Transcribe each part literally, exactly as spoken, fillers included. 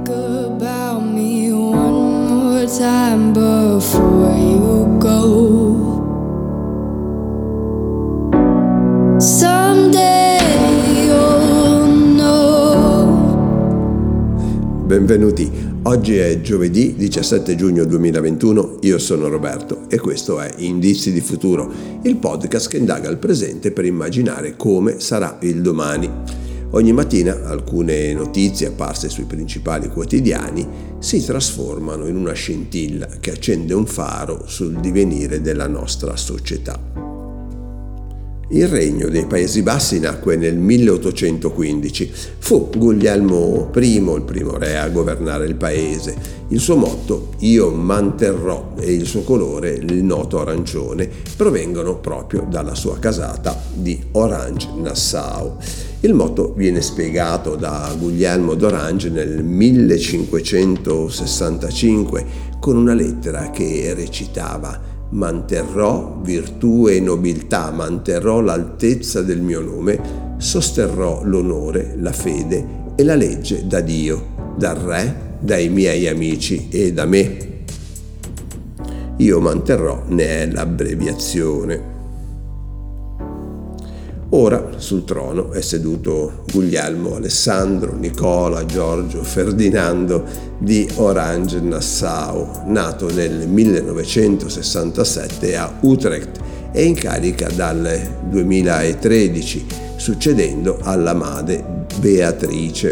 think about me one more time before you go. Someday you'll know. Benvenuti, oggi è giovedì diciassette giugno duemilaventuno, io sono Roberto e questo è Indizi di Futuro, il podcast che indaga il presente per immaginare come sarà il domani. Ogni mattina alcune notizie apparse sui principali quotidiani si trasformano in una scintilla che accende un faro sul divenire della nostra società. Il regno dei Paesi Bassi nacque nel milleottocentoquindici. Fu Guglielmo I il primo re a governare il paese. Il suo motto, "Io manterrò", e il suo colore, il noto arancione, provengono proprio dalla sua casata di Orange-Nassau. Il motto viene spiegato da Guglielmo d'Orange nel millecinquecentosessantacinque con una lettera che recitava: "Manterrò virtù e nobiltà, manterrò l'altezza del mio nome, sosterrò l'onore, la fede e la legge da Dio, dal re, dai miei amici e da me". Io manterrò ne è l'abbreviazione. Ora sul trono è seduto Guglielmo Alessandro Nicola Giorgio Ferdinando di Orange-Nassau, nato nel millenovecentosessantasette a Utrecht e in carica dal duemilatredici, succedendo alla madre Beatrice.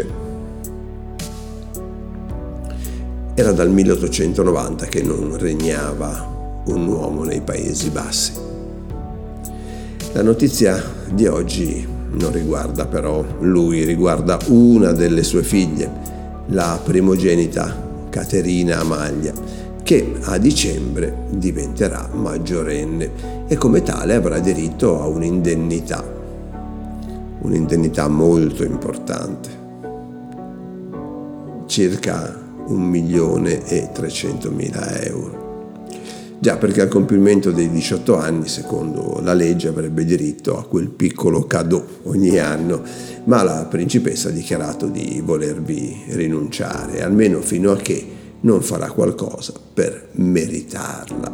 Era dal milleottocentonovanta che non regnava un uomo nei Paesi Bassi. La notizia di oggi non riguarda però lui, riguarda una delle sue figlie, la primogenita Caterina Amalia, che a dicembre diventerà maggiorenne e come tale avrà diritto a un'indennità, un'indennità molto importante, circa un milione e trecentomila euro. Già, perché al compimento dei diciotto anni, secondo la legge, avrebbe diritto a quel piccolo cadeau ogni anno, ma la principessa ha dichiarato di volervi rinunciare, almeno fino a che non farà qualcosa per meritarla.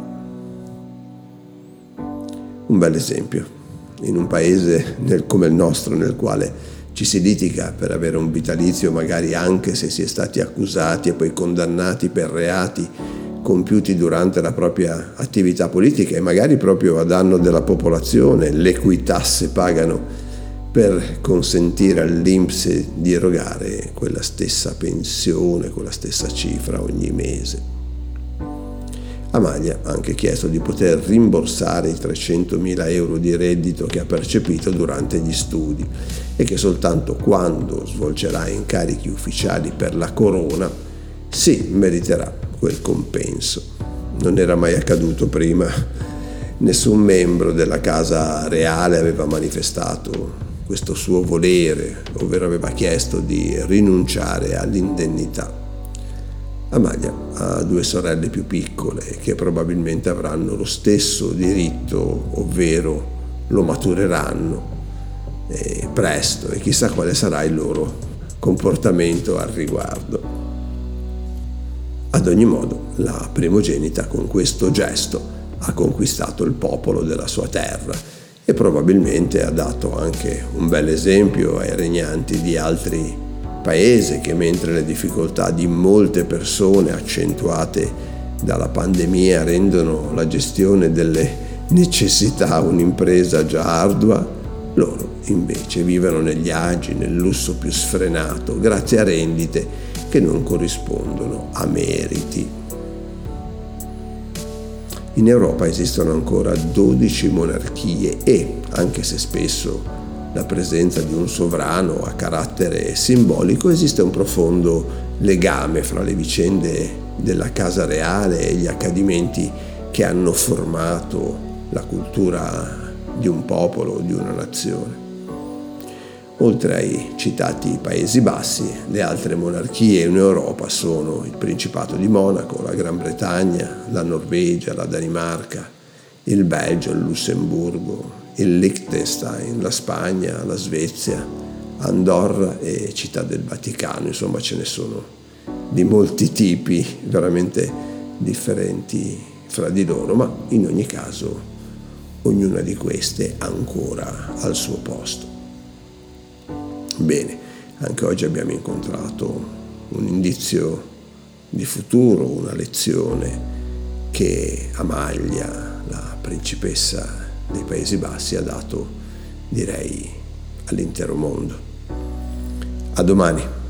Un bel esempio, in un paese nel, come il nostro, nel quale ci si litiga per avere un vitalizio, magari anche se si è stati accusati e poi condannati per reati compiuti durante la propria attività politica e magari proprio a danno della popolazione, le cui tasse pagano per consentire all'I N P S di erogare quella stessa pensione, quella stessa cifra ogni mese. Amalia ha anche chiesto di poter rimborsare i trecentomila euro di reddito che ha percepito durante gli studi e che soltanto quando svolgerà incarichi ufficiali per la corona si meriterà quel compenso. Non era mai accaduto prima. Nessun membro della casa reale aveva manifestato questo suo volere, ovvero aveva chiesto di rinunciare all'indennità. Amalia ha due sorelle più piccole che probabilmente avranno lo stesso diritto, ovvero lo matureranno e presto, e chissà quale sarà il loro comportamento al riguardo. Ad ogni modo, la primogenita con questo gesto ha conquistato il popolo della sua terra e probabilmente ha dato anche un bel esempio ai regnanti di altri paesi che, mentre le difficoltà di molte persone accentuate dalla pandemia rendono la gestione delle necessità un'impresa già ardua, loro invece vivono negli agi, nel lusso più sfrenato, grazie a rendite che non corrispondono a meriti. In Europa esistono ancora dodici monarchie e, anche se spesso la presenza di un sovrano ha carattere simbolico, esiste un profondo legame fra le vicende della casa reale e gli accadimenti che hanno formato la cultura di un popolo, di una nazione. Oltre ai citati Paesi Bassi, le altre monarchie in Europa sono il Principato di Monaco, la Gran Bretagna, la Norvegia, la Danimarca, il Belgio, il Lussemburgo, il Liechtenstein, la Spagna, la Svezia, Andorra e Città del Vaticano. Insomma, ce ne sono di molti tipi veramente differenti fra di loro, ma in ogni caso ognuna di queste ancora al suo posto. Bene, anche oggi abbiamo incontrato un indizio di futuro, una lezione che Amalia, la principessa dei Paesi Bassi, ha dato, direi, all'intero mondo. A domani.